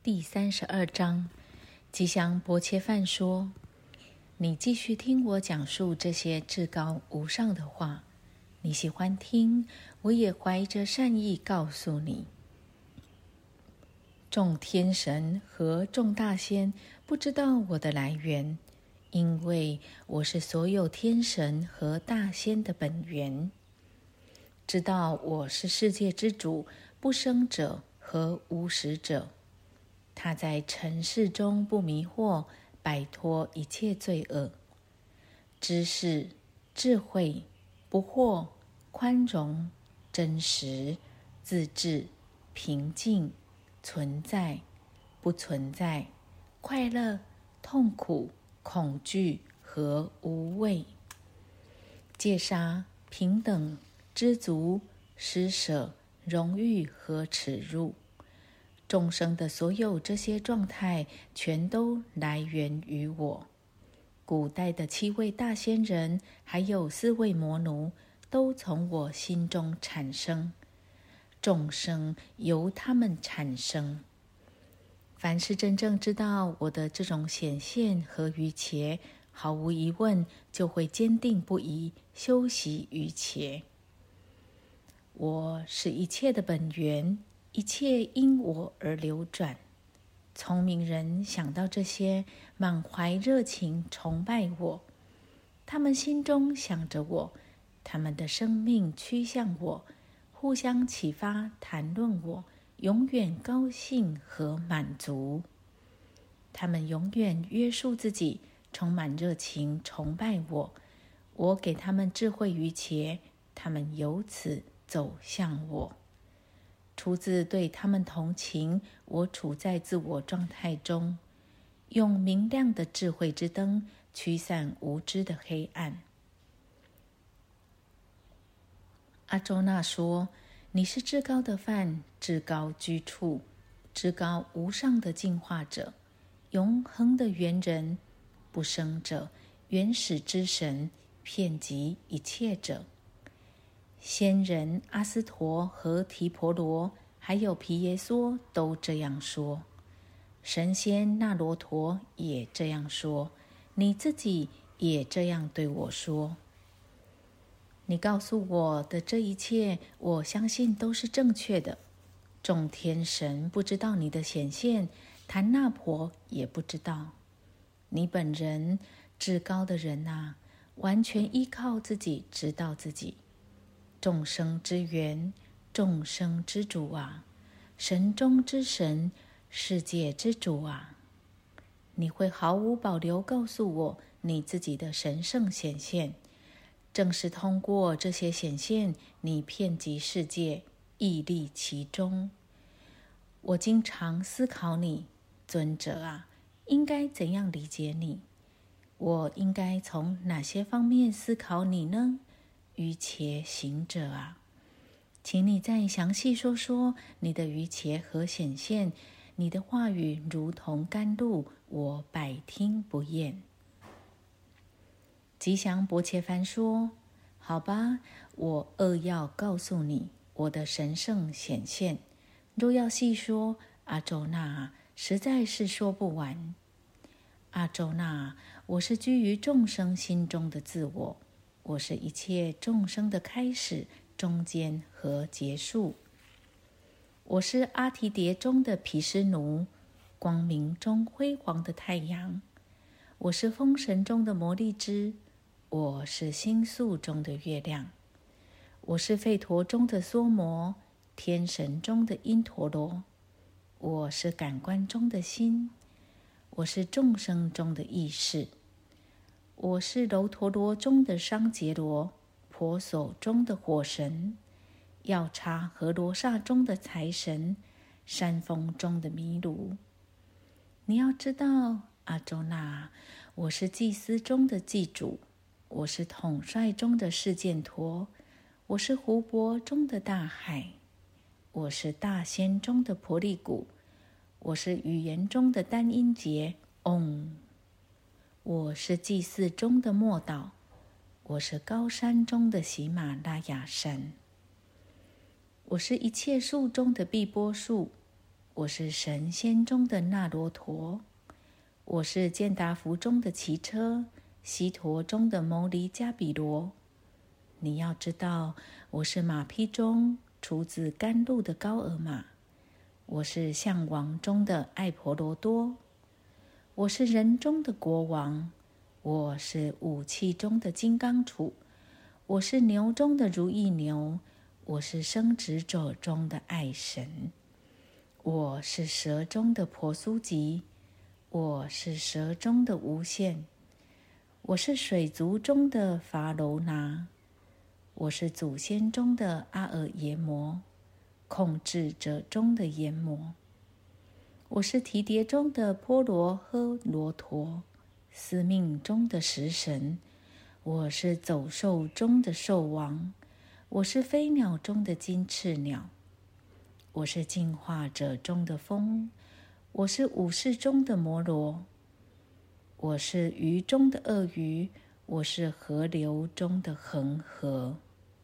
第32章，吉祥波切梵说：你继续听我讲述这些至高无上的话，你喜欢听，我也怀着善意告诉你。众天神和众大仙不知道我的来源，因为我是所有天神和大仙的本源。知道我是世界之主，不生者和无始者。他在尘世中不迷惑，摆脱一切罪恶。知识、智慧、不惑、宽容、真实、自治、平静、存在、不存在、快乐、痛苦、恐惧和无畏。戒杀、平等、知足、施舍、荣誉和耻辱。众生的所有这些状态全都来源于我。古代的7位大仙人还有4位魔奴都从我心中产生，众生由他们产生。凡是真正知道我的这种显现和瑜伽，毫无疑问就会坚定不移修习瑜伽。我是一切的本源，一切因我而流转。聪明人想到这些，满怀热情崇拜我，他们心中想着我，他们的生命趋向我，互相启发谈论我，永远高兴和满足。他们永远约束自己，充满热情崇拜我，我给他们智慧瑜伽，他们由此走向我。出自对他们同情，我处在自我状态中，用明亮的智慧之灯驱散无知的黑暗。阿周那说：你是至高的梵，至高居处，至高无上的净化者，永恒的元人，不生者，原始之神，遍及一切者。仙人阿斯陀和提婆罗还有毗耶娑都这样说，神仙那罗陀也这样说，你自己也这样对我说。你告诉我的这一切，我相信都是正确的。众天神不知道你的显现，檀那婆也不知道。你本人至高的人啊，完全依靠自己知道自己。众生之源，众生之主啊，神中之神，世界之主啊，你会毫无保留告诉我你自己的神圣显现。正是通过这些显现，你遍及世界，屹立其中。我经常思考你，尊者啊，应该怎样理解你？我应该从哪些方面思考你呢？瑜伽行者啊，请你再详细说说你的瑜伽和显现，你的话语如同甘露，我百听不厌。吉祥波切梵说：好吧，我扼要告诉你我的神圣显现，若要细说，阿周那实在是说不完。阿周那，我是居于众生心中的自我，我是一切众生的开始、中间和结束。我是阿提迭中的毗湿奴，光明中辉煌的太阳。我是风神中的摩利支，我是星宿中的月亮。我是吠陀中的娑摩，天神中的因陀罗。我是感官中的心，我是众生中的意识。我是楼陀罗中的商羯罗，婆娑中的火神，药叉和罗刹中的财神，山峰中的弥卢。你要知道，阿周那，我是祭司中的祭主，我是统帅中的释犍陀，我是湖泊中的大海，我是大仙中的婆利古，我是语言中的单音节嗡。我是祭祀中的默祷，我是高山中的喜马拉雅山。我是一切树中的碧波树， 我是神仙中的那罗陀，我是健达福中的骑车，悉陀中的牟尼迦毗罗。你要知道，我是马匹中出自甘露的高尔玛，我是象王中的爱婆罗多，我是人中的国王，我是武器中的金刚杵，我是牛中的如意牛，我是生殖者中的爱神，我是蛇中的婆苏吉，我是蛇中的无限，我是水族中的伐楼那，我是祖先中的阿尔耶摩，控制者中的阎魔，我是提迭中的波罗诃罗陀，司命中的食神，我是走兽中的兽王，我是飞鸟中的金翅鸟，我是净化者中的风，我是武士中的摩罗，我是鱼中的鳄鱼，我是河流中的恒河，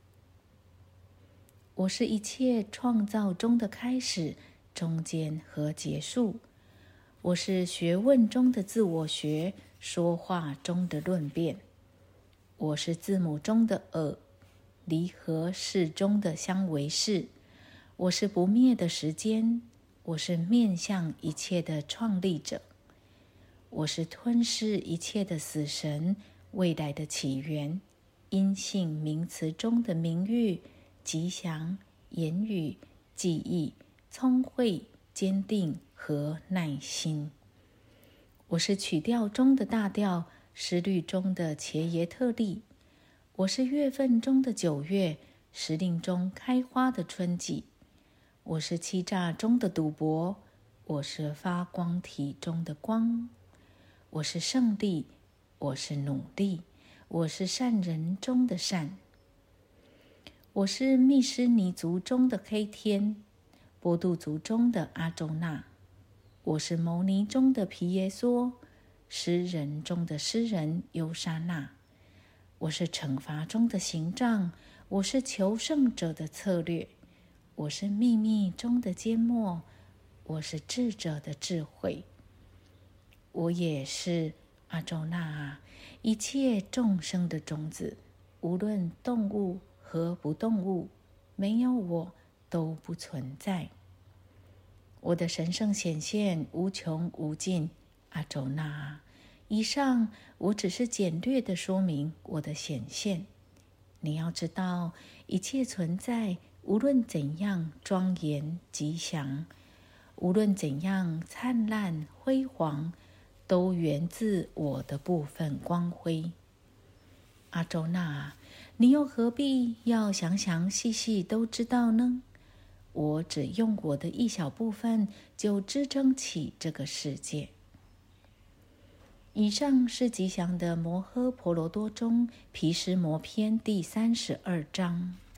我是一切创造中的开始、中间和结束，我是学问中的自我学，说话中的论辩，我是字母中的尔，离合式中的相违式，我是不灭的时间，我是面向一切的创立者，我是吞噬一切的死神，未来的起源，阴性名词中的名誉、吉祥、言语、记忆、聪慧、坚定和耐心。我是曲调中的大调，诗律中的切耶特利，我是月份中的9月，时令中开花的春季，我是欺诈中的赌博，我是发光体中的光，我是胜利，我是努力，我是善人中的善，我是密施尼族中的黑天，波杜族中的阿周那，我是牟尼中的毗耶娑，诗人中的诗人优沙那，我是惩罚中的刑杖，我是求胜者的策略，我是秘密中的缄默，我是智者的智慧，我也是阿周那啊，一切众生的种子，无论动物和不动物，没有我都不存在。我的神圣显现无穷无尽，阿周那啊，以上我只是简略地说明我的显现。你要知道，一切存在无论怎样庄严吉祥，无论怎样灿烂辉煌，都源自我的部分光辉。阿周那啊，你又何必要详详细细都知道呢？我只用我的一小部分就支撑起这个世界。以上是吉祥的摩诃婆罗多中毗湿摩篇第32章。